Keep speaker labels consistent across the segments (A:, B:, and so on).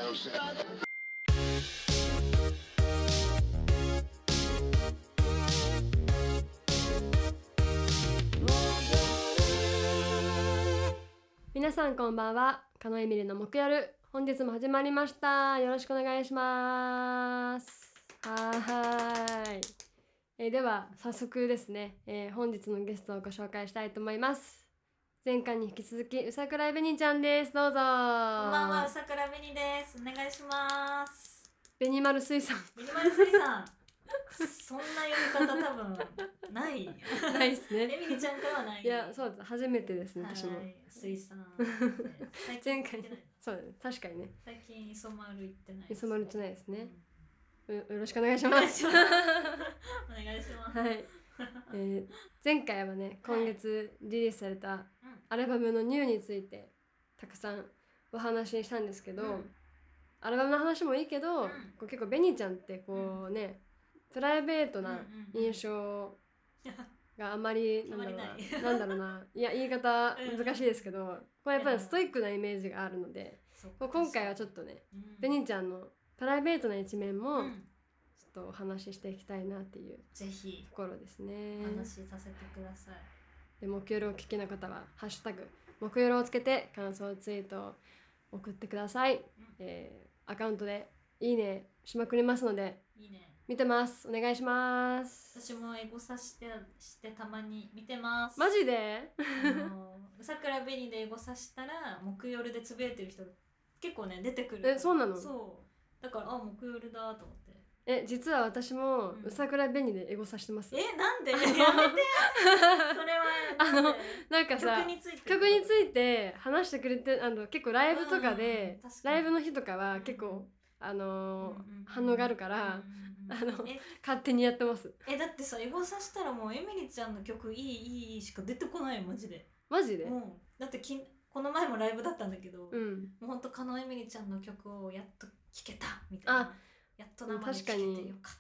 A: 皆さんこんばんは。カノエミリの木夜、本日も始まりました。よろしくお願いします。では早速ですね、本日のゲストをご紹介したいと思います。前回に引き続きうさくらべにちゃんです。どうぞ。こん
B: ばんは、うさくらべにです。お願いします。
A: ベニマル水産。
B: ベニマル水産。そんな呼び方多分ない
A: ないですね。
B: エミリちゃんからはない。
A: いや、そうです。初めてですね、私も。
B: 水産。
A: 前回そうです。確かにね。
B: 最近磯丸行ってない。
A: 磯丸行ってないですね。よろしくお願いします。
B: お願いします。
A: はい。前回はね、今月リリースされたアルバムのニューについてたくさんお話ししたんですけど、アルバムの話もいいけど、こう結構ベニちゃんってこうね、プライベートな印象があんまりなんだろうな、いや言い方難しいですけど、これやっぱりストイックなイメージがあるので、今回はちょっとね、ベニちゃんのプライベートな一面もちょっとお話ししていきたいなっていうところですね。
B: お話しさせてください。
A: で、木曜日をお聞きの方はハッシュタグ木曜日をつけて感想ツイートを送ってください。アカウントでいいねしまくりますので、
B: いいね
A: 見てます。お願いします。
B: 私もエゴサしてたまに見てます。
A: マジで
B: うさくらべにでエゴサしたら木曜日でつぶやいてる人結構ね出てくる。
A: そうなの？
B: そうだから木曜日だと思って。
A: 実は私もうさくらべにでエゴサしてます。
B: なんでやめてそれは
A: なんかさ、曲について話してくれて、結構ライブとかで、ライブの日とかは結構反応があるから勝手にやってます。
B: だってさ、エゴサしたらもうエミリちゃんの曲いいしか出てこないよ、マジで。
A: マジで？
B: だってこの前もライブだったんだけど、もうほんとカノエミリちゃんの曲をやっと聴けたみたいな。やっと生で聴けてよかった。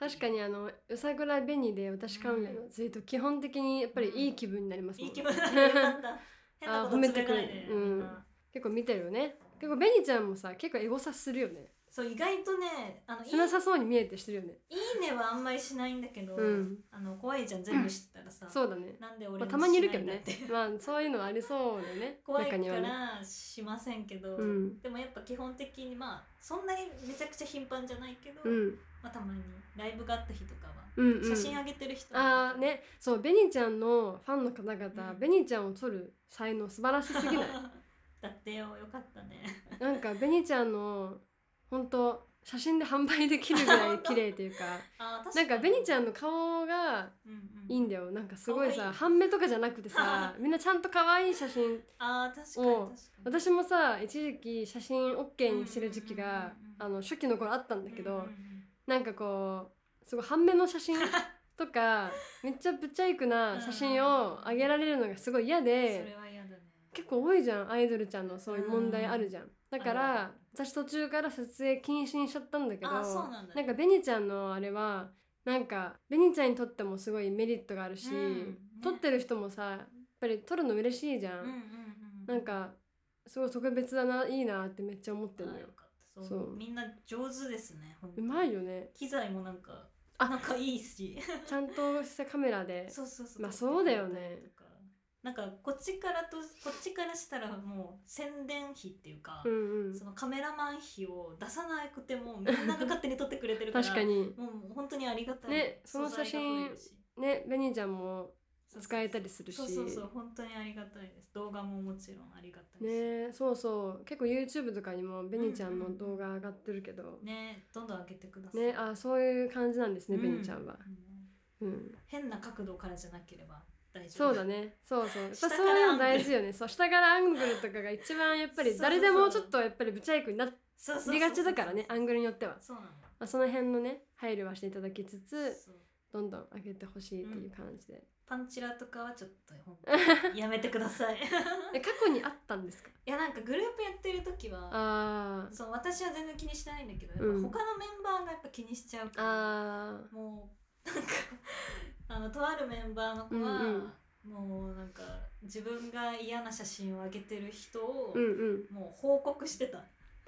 A: 確かにうさくらべにで私関連のツイート、基本的にやっぱりいい気分になりますもん。
B: いい気分になる。よかった。変なことつれないで。
A: 結構見てるよね。結構ベニちゃんもさ、結構エゴサするよね。
B: そう、意外とね、
A: しなさそうに見えてしてるよね。
B: いいねはあんまりしないんだけど、怖いじゃん、全部知ったらさ。
A: そうだね。
B: なんで俺も
A: たまにいるけどね。そういうのありそうだね。
B: 怖いからしませんけど、でもやっぱ基本的にそんなにめちゃくちゃ頻繁じゃないけど、たまにライブがあった日とかは写真あげてる人
A: ね。そう、ベニちゃんのファンの方々、ベニちゃんを撮る才能素晴らしすぎない？
B: だってよかったね。
A: なんかベニちゃんの本当写真で販売できるぐらい綺麗というかなんかベニちゃんの顔がいいんだよ。なんかすごいさ、半目とかじゃなくてさ、みんなちゃんと可愛い写真を、私もさ一時期写真 OK にしてる時期が初期の頃あったんだけど、なんかこうすごい半目の写真とかめっちゃブチャイクな写真を上げられるのがすごい嫌で、
B: それは嫌だね。
A: 結構多いじゃん、アイドルちゃんのそういう問題あるじゃん。だから私途中から撮影禁止にしちゃったんだけど、なんかベニちゃんのあれはなんかベニちゃんにとってもすごいメリットがあるし、撮ってる人もさやっぱり撮るの嬉しいじゃん。なんかすごい特別だな、いいなってめっちゃ思ってるのよ。
B: そうみんな上手ですね。
A: うまいよね。
B: 機材もなんかいいし
A: ちゃんとしたカメラで。そうだよね。
B: なんかこっちからしたらもう宣伝費っていうか、そのカメラマン費を出さなくてもみんなが勝手に撮ってくれてるから
A: 確かに
B: もう本当にありがたい
A: ね。その写真ね、ベニちゃんも使えたりするし、
B: そう本当にありがたいです。動画ももちろんありがたいし
A: ね。そう結構 YouTube とかにもベニちゃんの動画上がってるけど
B: ね、どんどん上げてください
A: ね。そういう感じなんですね、ベニちゃんは。
B: 変な角度からじゃなければ大丈夫。
A: そうだね。やっぱそういうの大事よね。下からアングルとかが一番やっぱり誰でもちょっとやっぱりブチャイクになりがちだからね、アングルによっては。その辺のね配慮はしていただきつつ、どんどん上げてほしいっていう感じで。
B: パンチラとかはちょっとやめてください。
A: 過去にあったんですか？
B: いや、なんかグループやってる時は私は全然気にしてないんだけど、他のメンバーがやっぱ気にしちゃうから、もうなんかとあるメンバーの子は、もうなんか自分が嫌な写真を上げてる人を、もう報告してた。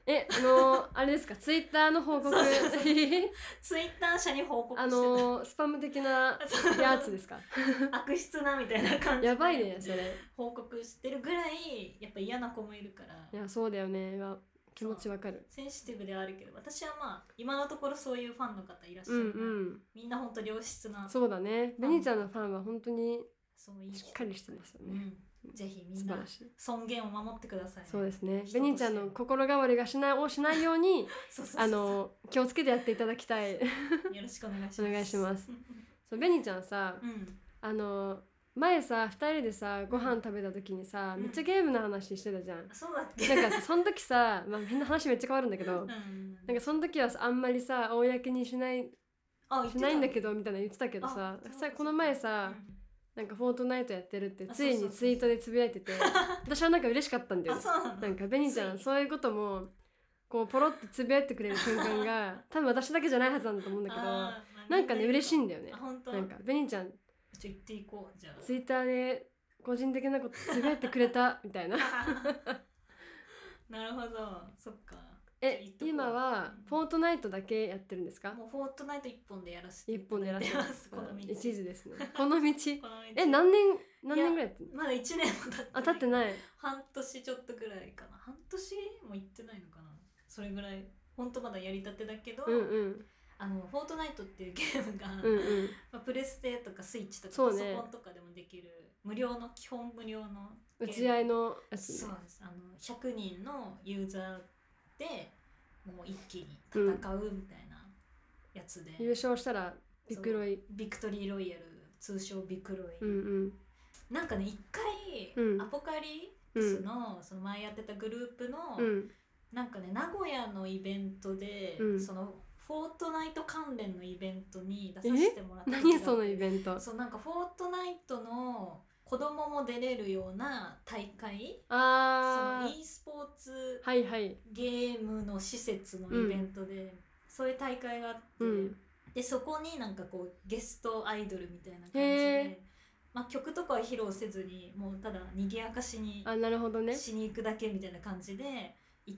A: あれですか、ツイッターの報告。
B: ツイッター社に報告して
A: スパム的なやつですか。
B: 悪質なみたいな感じで
A: やばいねそれ。
B: 報告してるぐらいやっぱ嫌な子もいるから。
A: いやそうだよね。気持ちわかる。
B: センシティブではあるけど、私はまあ今のところそういうファンの方いらっしゃる、みんな本当良質な。
A: そうだね。ベニちゃんのファンは本当にしっかりしてますよね。
B: ぜひみんな尊厳を守ってくださいね。
A: そうですね。ベニちゃんの心変わりがしないように気をつけてやっていただきたい。よ
B: ろしくお願いします。
A: お願いします。そう、ベニちゃんさ、前さ2人でさご飯食べた時にさ、めっちゃゲームの話してたじゃん。
B: そうだっけ。
A: なんかその時さ、みんな話めっちゃ変わるんだけど、なんかその時はあんまりさ公にしないんだけどみたいな言ってたけどさ、この前さ、なんかフォートナイトやってるってついにツイートでつぶやいてて、私はなんか嬉しかったんだよ。なんかベニちゃんそういうこともこうポロってつぶやいてくれる瞬間が多分私だけじゃないはずなんだと思うんだけど、なんかね嬉しいんだよね。なんかベニちゃん
B: 言っていこう。じゃあ
A: ツイッターで個人的なことつぶやいてくれたみたいな。
B: なるほど、そっか。
A: 今はフォートナイトだけやってるんですか？
B: もうフォートナイト一本でやらせていただいてます。この道
A: 一途ですね。この道何年ぐらいやってるの？
B: まだ1年も
A: 経ってない。
B: 半年ちょっとぐらいかな。半年も行ってないのかな。それぐらい本当まだやりたてだけど、フォートナイトっていうゲームがプレステとかスイッチとかパソコンとかでもできる基本無料の
A: 打ち合いのやつ。
B: そうです。100人のユーザーでもう一気に戦うみたいなやつで、
A: 優勝したらビク
B: トリーロイヤル、通称ビクロイ、なんかね一回、アポカリプスのその前やってたグループの、なんかね名古屋のイベントで、そのフォートナイト関連のイベントに出させてもらった。
A: 何そのイベント？
B: そう、なんかフォートナイトの子供も出れるような大会、その e スポーツゲームの施設のイベントで、そういう大会があって、でそこになんかこうゲストアイドルみたいな感じで、曲とかは披露せずにもうただ賑やかしにしに行くだけみたいな感じで行って、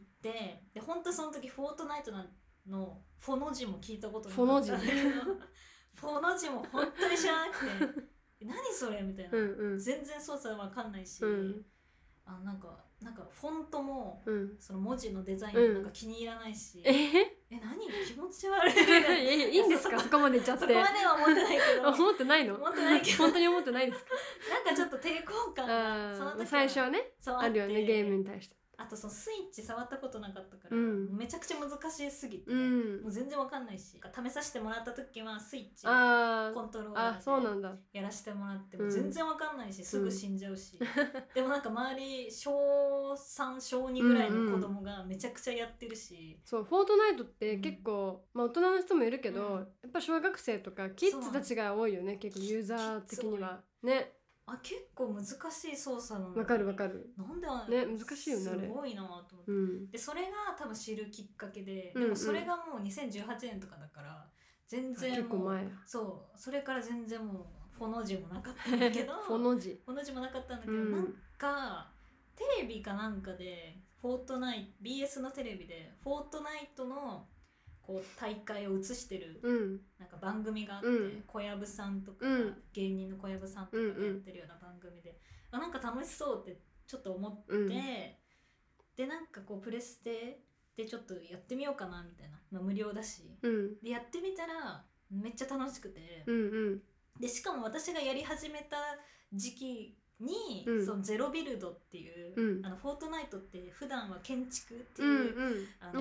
B: で本当その時フォートナイトのフォの字も聞いたことなかったんだけど、フォの字も本当に知らなくて何それみたいな、全然操作わかんないし、なんかフォントも、その文字のデザインもなんか気に入らないし、何気持ち悪い。
A: いいんですか？そこまで言っちゃって。
B: そこまでは思ってないけど。
A: 思ってないの？
B: 思ってないけど。
A: 本当に思ってないですか？
B: なんかちょっと抵抗感が
A: その時最初はね、あるよね、ゲームに対して。
B: あとそのスイッチ触ったことなかったから、めちゃくちゃ難しすぎて、もう全然わかんないし、試させてもらった時はスイッチコントローラーでやらせてもらっても全然わかんないし、すぐ死んじゃうし、でもなんか周り小3小2ぐらいの子供がめちゃくちゃやってるし、
A: そうフォートナイトって結構、大人の人もいるけど、やっぱ小学生とかキッズたちが多いよね、結構ユーザー的にはね。
B: 結構難しい操作なの。
A: わかるわかる。
B: なんでは
A: ね、難しいよね。
B: すごいなと思って、でそれが多分知るきっかけで、でもそれがもう2018年とかだから全然もう
A: 結構前。
B: そうそれから全然もうフォの字もなかったんだけど
A: フォの字
B: もなかったんだけど、なんかテレビかなんかでフォートナイト BS のテレビでフォートナイトのこう大会を映してるなんか番組があって、小籔さんとか、芸人の小籔さんとかがやってるような番組で、なんか楽しそうってちょっと思って、でなんかこうプレステでちょっとやってみようかなみたいな、無料だし、でやってみたらめっちゃ楽しくて、でしかも私がやり始めた時期に、そのゼロビルドっていう、フォートナイトって普段は建築っていう、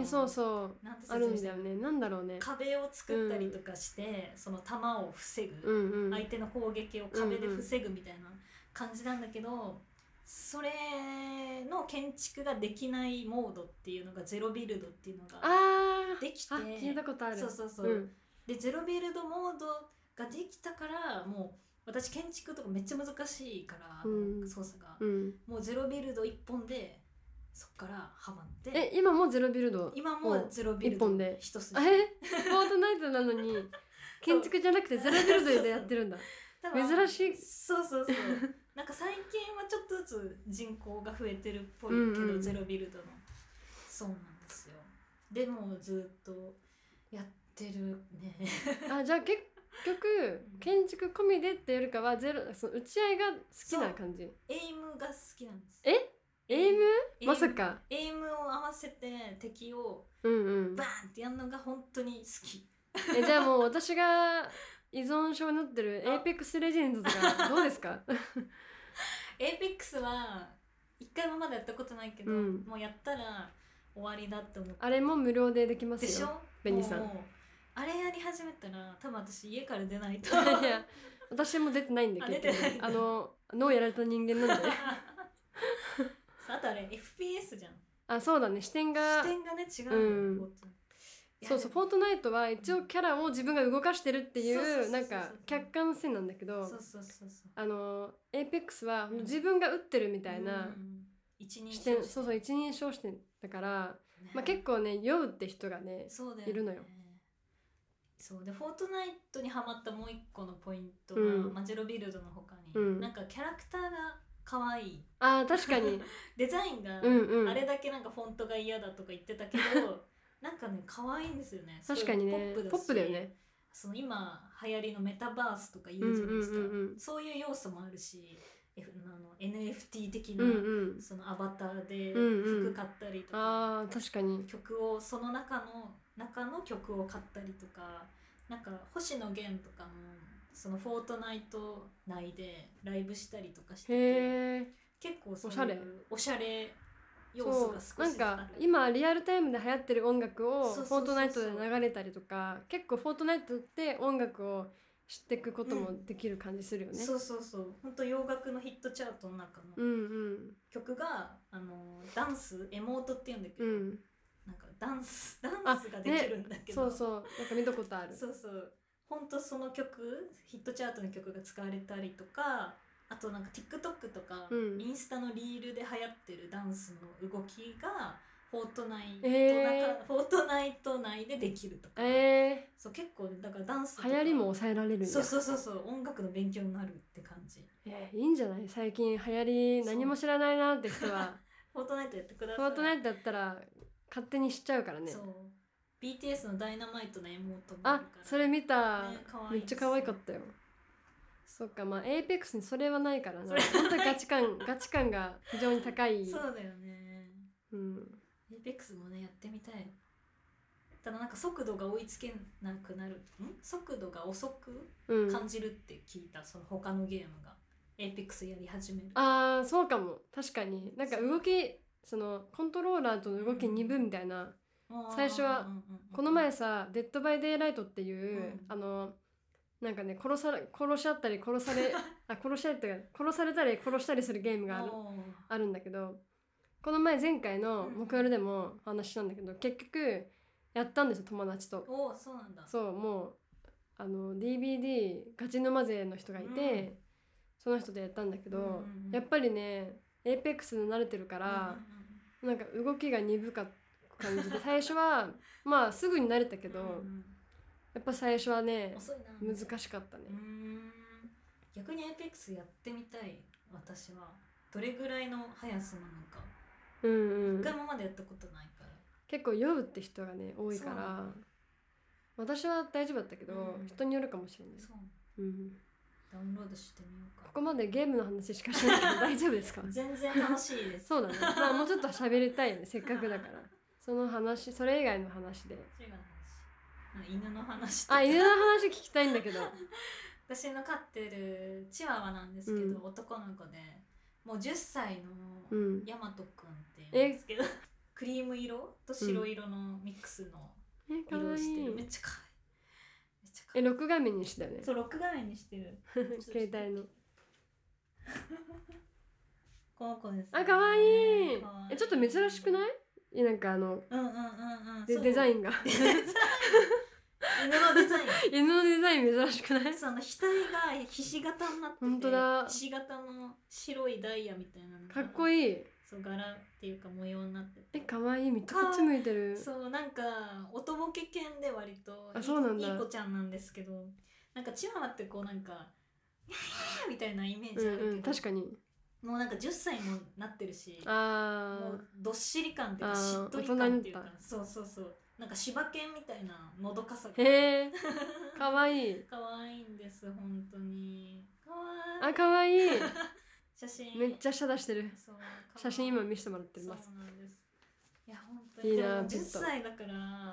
A: そうそうあるんだよね。なんだろうね、
B: 壁を作ったりとかして、その弾を防ぐ、相手の攻撃を壁で防ぐみたいな感じなんだけど、それの建築ができないモードっていうのがゼロビルドっていうのができて、
A: 聞いたことある。
B: そう、でゼロビルドモードができたからもう私建築とかめっちゃ難しいから、操作が、もうゼロビルド1本でそっからハマって。
A: 今もゼロビルド？
B: 今もゼロビルド
A: 1本で
B: 一筋。
A: フォートナイトなのに建築じゃなくてゼロビルドでやってるんだ。珍しい。
B: そうなんか最近はちょっとずつ人口が増えてるっぽいけど、ゼロビルドのそうなんですよ。 でもずっとやってるね
A: あ、じゃあ結局建築込みでっていうよりかはその打ち合いが好きな感じ。
B: エイムが好きなんです。
A: エイムまさか
B: エイムを合わせて敵を
A: バー
B: ンってやるのが本当に好き。
A: じゃあもう私が依存症になってるエイペックスレジェンズとかどうですか
B: エイペックスは一回もまだやったことないけど、もうやったら終わりだって思って。
A: あれも無料でできますよ。
B: でしょ？
A: ベニさん。
B: あれやり始めたら多分私家から出ないと
A: いや私も出てないんで結局脳やられた人間なんで
B: あとあれ FPS じゃん。
A: あ、そうだね、視点が
B: ね違う、
A: そうそう、フォートナイトは一応キャラを自分が動かしてるっていうなんか客観性なんだけど、エイペックスは自分が打ってるみたいな視点、そう一人称視点だから、まあ結構ね酔うって人がねいるのよ。
B: そうで、フォートナイトにハマったもう一個のポイントは、マジェロビルドの他に、なんかキャラクターが可愛い。
A: あ、確かに
B: デザインがあれだけなんかフォントが嫌だとか言ってたけどなんかね可愛いんですよね。
A: 確かにね、ポップだよね。
B: その今流行りのメタバースとか言うじゃないですか、そういう要素もあるし、NFT 的な、そのアバターで服買ったりとか、
A: 確かに
B: 曲をその中の曲を買ったりとか、なんか星野源とかもそのフォートナイト内でライブしたりとかしてて、結構そういうおしゃれ要素が少しある。
A: なんか今リアルタイムで流行ってる音楽をフォートナイトで流れたりとか、結構フォートナイトって音楽を知っていくこともできる感じするよね。
B: そう本当洋楽のヒットチャートの中の曲がダンスエモートっていうんだけど、なんかダンスができるんだけど、
A: なんか見たことある。
B: 本当その曲ヒットチャートの曲が使われたりとか、あとなんか TikTok とか、インスタのリールで流行ってるダンスの動きがフォートナイト内でできるとか、そう結構だからダンスとか
A: 流行りも抑えられるんだ。
B: そう音楽の勉強になるって感じ。
A: いいんじゃない？最近流行り何も知らないなって人は
B: フォートナイトやってください。
A: フォートナイトだったら勝手に知っちゃうからね。
B: そう BTS のダイナマイトのエモートもあるから。
A: それ見た、めっちゃ可愛かったよ。そっか、まあエイペックスにそれはないからな。本当にガチ感が非常に高い。
B: そうだよね。エイペックスもねやってみたい。ただなんか速度が追いつけなくなる、速度が遅く感じるって聞いた、その他のゲームがエイペックスやり始める。
A: そうかも。確かになんか動き、そのコントローラーとの動き2分みたいな、最初はこの前さデッドバイデイライトっていう、なんかね殺し合ったり殺されたり殺したりするゲームがあるんだけど、この前回の木曜日でも話したんだけど、結局やったんですよ友達と。
B: そうなんだ。
A: そう、もうDVD ガチ沼勢の人がいて、その人でやったんだけど、やっぱりねエイペックスに慣れてるから、なんか動きが鈍かった感じで最初はまあすぐに慣れたけど、やっぱ最初はね難しかったね。
B: 逆にエイペックスやってみたい。私はどれぐらいの速さなのか一回もまでやったことないから。
A: 結構酔うって人がね多いから、私は大丈夫だったけど、人によるかもしれない。ダウンロードしてみようか。ここまでゲームの話しかしないけど大丈夫ですか？
B: 全然楽しいです。
A: そうだね。まあもうちょっと喋りたいよね、せっかくだから。その話、それ以外の話で。
B: 犬の話とか。
A: 犬の話聞きたいんだけど。
B: 私の飼ってるチワワなんですけど、男の子でもう10歳のヤマトくんっていうんですけど、クリーム色と白色のミックスの色をしてる。めっちゃ可愛い。
A: ロック画面にしたよね。
B: そう、ロック画面にしてる。
A: 携帯の。
B: この子です、ね。
A: 可愛い。ちょっと珍しくない？なんかデザインが。犬のデザイン珍しくない？
B: その額がひし形になってて、
A: 本当だ。
B: ひし形の白いダイヤみたいなのが
A: かっこいい。
B: そう、柄っていうか模様になってて、
A: 可愛い。めっちゃこっち向いてる。
B: そう、なんかおとぼけ犬で割といい子ちゃんなんですけど、なんかチワワってこうなんかみたいなイメージあるけど、
A: 確かに
B: もうなんか10歳にもなってるし、も
A: あ
B: うどっしり感っていうかしっとり感っていうか、そうそうそう、なんか柴犬みたいなのどかさが、
A: へえかわいい
B: かわいいんです本当に。かわいい。
A: あかわいい
B: 写真
A: めっちゃ舌出してる。
B: そう
A: 写真今見せてもらってます。
B: そうなんです。いや本当に
A: いいな
B: でも10歳だから、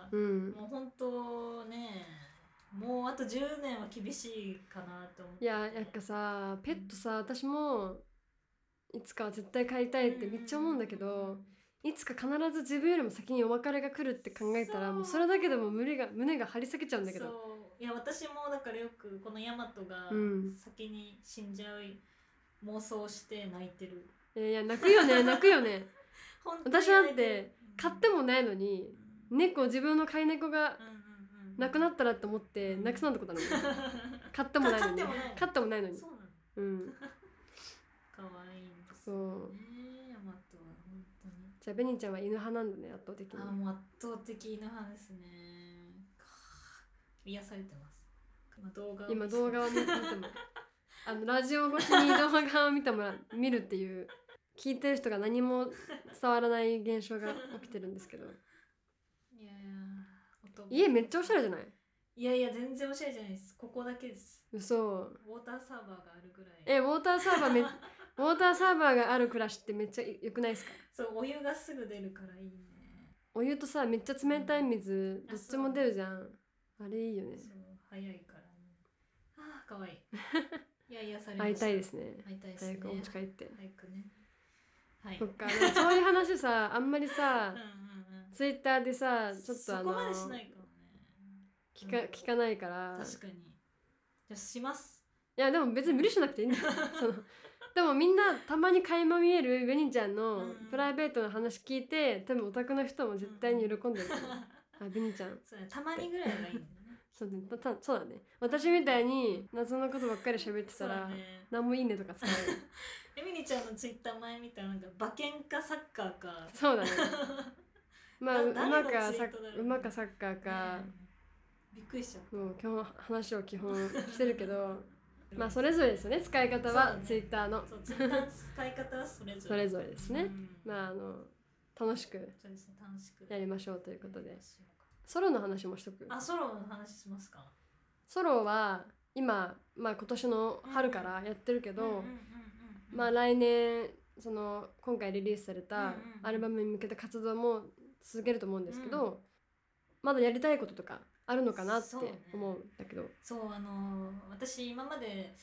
A: うん、
B: もう本当ね、もうあと10年は厳しいかなと思って。
A: いやなんかさペットさ、私もいつかは絶対飼いたいってめっちゃ思うんだけど、いつか必ず自分よりも先にお別れが来るって考えたらもうそれだけでも胸が張り裂けちゃうんだけど。
B: そういや私もだからよくこのヤマトが先に死んじゃう妄想して泣いてる。
A: いや泣くよね泣くよね私なんて飼ってもないのに、猫自分の飼い猫が亡くなったらって思って泣くそうなことなのに飼ってもないのに飼ってもないのに。
B: そうなの。
A: うん
B: かわいいんです
A: そう
B: ねヤマトは本当に。
A: じゃあベニちゃんは犬派なんだね圧倒的に。
B: もう圧倒的犬派ですね。癒されてます。今動画を見ても
A: ラジオ越しに動画を見るっていう聞いてる人が何も伝わらない現象が起きてるんですけど。
B: いや
A: 家めっちゃおしゃれじゃない？
B: いやいや全然おしゃれじゃないです。ここだけです。
A: 嘘。
B: ウォーターサーバーがあるぐらい。
A: ウォーターサーバーがある暮らしってめっちゃ良くないですか？
B: そうお湯がすぐ出るからいいね。
A: お湯とさめっちゃ冷たい水、どっちも出るじゃん。あれいいよね。
B: そう早いからね。かわいい。いや癒されました。
A: 会いたいですね。
B: 会いたいですね。
A: 早くお家帰って
B: 早くね。はい。
A: そっかそういう話さあんまりさツイッターでさちょっと
B: そこまでしないかも
A: ね。聞かないから。
B: 確かに。じゃあします。
A: いやでも別に無理しなくていいんだよでもみんなたまに垣間見えるベニちゃんのプライベートの話聞いて多分オタクの人も絶対に喜んでると思う。あベニちゃん
B: そう、ね、たまにぐらいがいいんだね。
A: そうだね。私みたいに謎のことばっかり喋ってたら、何もいいねとか使える。
B: エミリちゃんのツイッター前見たらなんか馬券かサッカーか。
A: そうだね。まあ馬かサッカーか、
B: びっくりしちゃう。
A: もう今日話を基本してるけどまあそれぞれですよね使い方は、ツイッターの。
B: そうツイッターの使い方はそれぞれ
A: ですね。まあ楽しくやりましょうということで。ソロの話もしとく。
B: ソロの話しますか。
A: ソロは今、今年の春からやってるけど、まあ来年今回リリースされたアルバムに向けた活動も続けると思うんですけど、まだやりたいこととかあるのかなって思うんだけど。
B: そう私今まで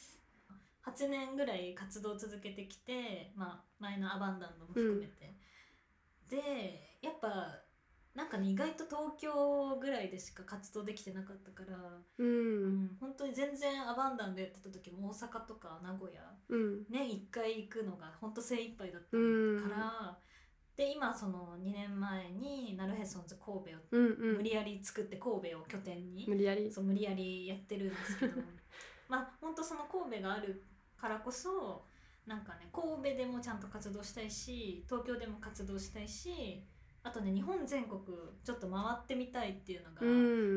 B: 8年ぐらい活動を続けてきて、前のアバンダンドも含めて、でやっぱなんかね意外と東京ぐらいでしか活動できてなかったから、本当に全然アバンダンでやってた時も大阪とか名古屋、年1回行くのが本当精一杯だったから、で今その2年前にナルヘソンズ神戸を無理やり作って神戸を拠点に無理やりやってるんですけど本当その神戸があるからこそなんかね神戸でもちゃんと活動したいし東京でも活動したいし、あとね日本全国ちょっと回ってみたいっていうのが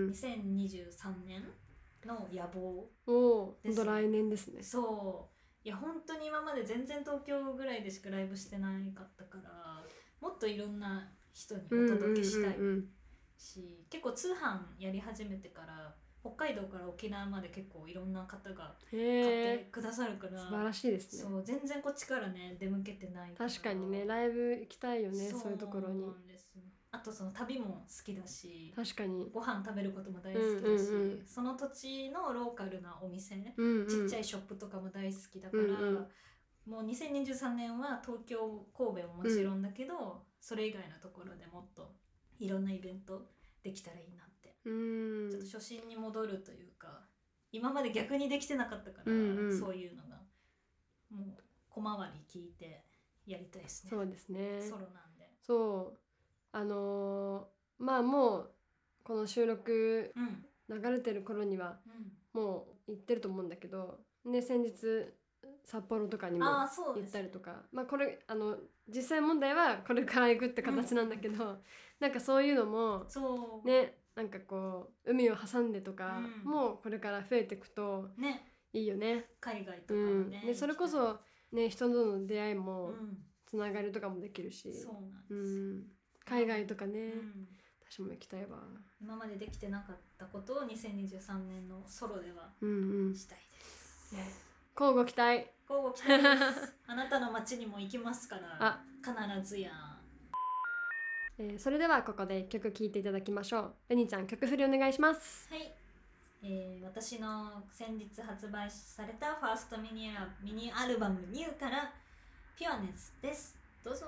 B: 2023年の野望
A: です。来年ですね。
B: そういや本当に今まで全然東京ぐらいでしかライブしてなかったから、もっといろんな人にお届けしたいし、結構通販やり始めてから北海道から沖縄まで結構いろんな方が買ってくださるから
A: 素晴らしいですね。
B: そう全然こっちからね出向けてないから。
A: 確かにねライブ行きたいよね。そういうところに。
B: あとその旅も好きだし、
A: 確かに
B: ご飯食べることも大好きだし、その土地のローカルなお店、ちっちゃいショップとかも大好きだから、もう2023年は東京神戸ももちろんだけど、それ以外のところでもっといろんなイベントできたらいいなって、ちょっと初心に戻るというか今まで逆にできてなかったから、そういうのがもう小回り聞いてやりたいですね。
A: そうですね。
B: ソロなんで。
A: そうまあもうこの収録流れてる頃にはもう行ってると思うんだけど、ね、先日札幌とかにも行ったりとか、これ実際問題はこれから行くって形なんだけど、なんかそういうのもね、なんかこう海を挟んでとかもこれから増えていくといいよね。
B: 海外とかもね、
A: でそれこそね、人との出会いもつながりとかもできるし、
B: そうなんです、
A: 海外とかね、私も行きたいわ。
B: 今までできてなかったことを2023年のソロではしたいです、
A: 交互期待。
B: 交互期待ですあなたの街にも行きますから必ずや。
A: それではここで1曲聴いていただきましょう。ベニちゃん、曲振りお願いします。
B: はい、私の先日発売されたファーストミニアルバムニューからピュアネスです。どうぞ。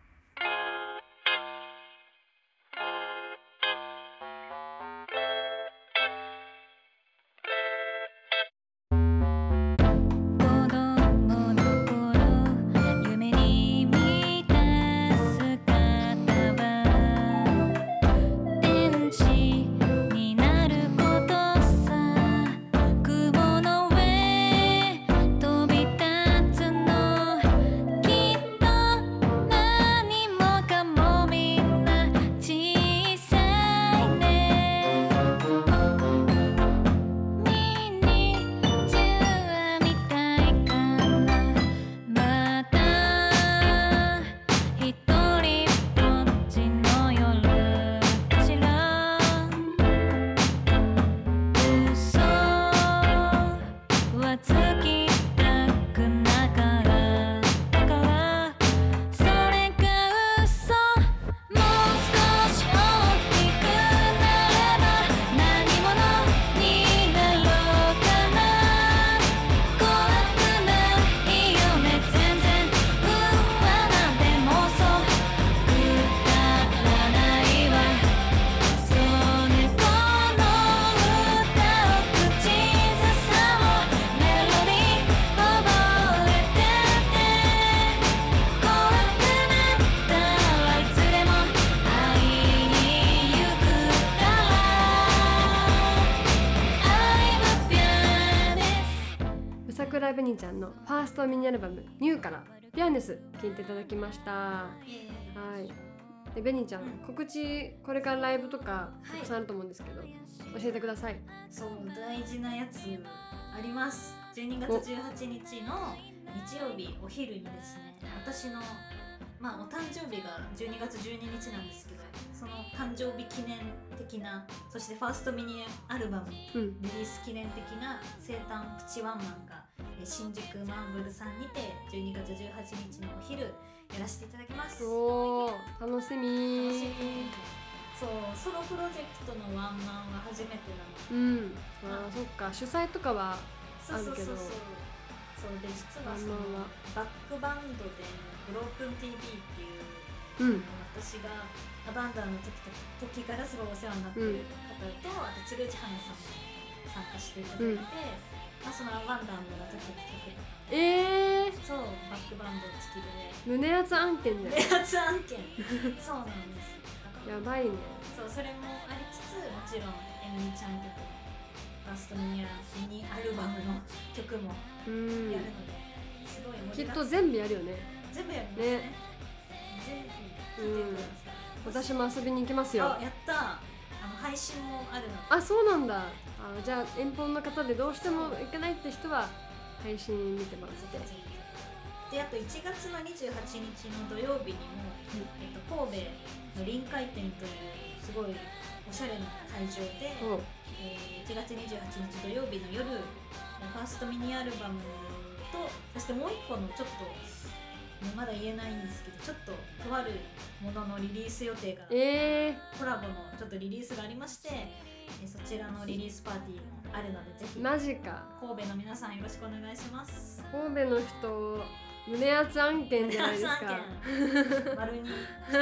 A: 桜井ベニちゃんのファーストミニアルバムニューからピアネス聴いていただきました。はい。でベニちゃん、告知これからライブとかたくさんあると思うんですけど、教えてください。
B: そう、大事なやつあります。12月18日の日曜日お昼にですね、私のお誕生日が12月12日なんですけど、その誕生日記念的な、そしてファーストミニアルバムリリース記念的な生誕プチワンマンが新宿マンブルさんにて12月18日のお昼やらせていただきます。
A: おー、楽しみ。
B: そう、ソロプロジェクトのワンマンは初めてなの。
A: そっか、主催とかはあるけど、
B: そうで、実はそのバックバンドでブロークン TV っていう、私がアバンダーの時からすごいお世話になってる方と、あと鶴内花さんも参加していただいて、そのアバンダーの時の曲そう、バックバンド付きで
A: 胸熱案件だよ。
B: 胸熱案件そうなんです。
A: やばいね。
B: そう、それもありつつ、もちろんエミちゃん曲ファーストミニアルバムの曲もやるので、すごい盛りだくさん。きっと全部やるよね。全部やりますね。ぜひ聴いてください。
A: 私も遊びに行きますよ。
B: やった。配信もあるので。
A: あ、そうなんだ。じゃあ遠方の方でどうしても行けないって人は配信見てもらって。
B: で、あと1月の28日の土曜日にも、神戸の臨海店というすごいおしゃれな会場で、1月28日土曜日の夜、ファーストミニアルバムと、そしてもう一個のちょっとまだ言えないんですけど、ちょっととあるもののリリース予定が、コラボのちょっとリリースがありまして、そちらのリリースパーティーもあるので、ぜひ
A: マジか、
B: 神戸の皆さんよろしくお願いします。
A: 神戸の人胸熱案件じゃないですか。
B: 丸に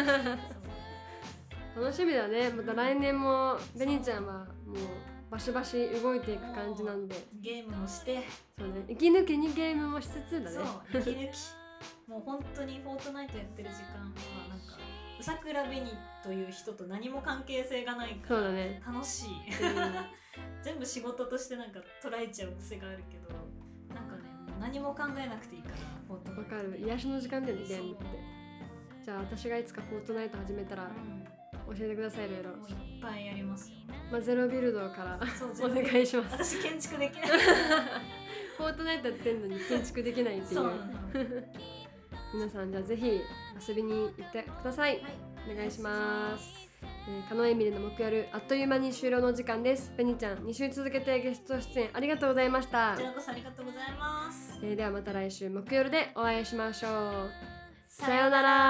A: 楽しみだね。また来年もベニちゃんはもうバシバシ動いていく感じなんで、
B: ゲームもして、
A: そうね、息抜きにゲームもしつつだね。
B: そう、息抜きもう本当にフォートナイトやってる時間はなんかうさくらべにという人と何も関係性がないから、そうだね、楽しい全部仕事としてなんか捉えちゃう癖があるけど、なんかね、何も考えなくていいからフォートナイト。わかる、癒しの時間だよね、ゲームって。じゃあ私がいつかフォートナイト始めたら教えてください。いろいろもういっぱいやりますよ。
A: ゼロビルドからお願いします。
B: 私建築できない
A: フォートナイトやってんのに建築できないっていう皆さんじゃあぜひ遊びに行ってください、はい、お願いします。カノエミリの木夜あっという間に終了のお時間です。ベニちゃん2週続けてゲスト出演ありがとうございました。
B: こちらこそありがとうございます。
A: ではまた来週木夜でお会いしましょう。さようなら。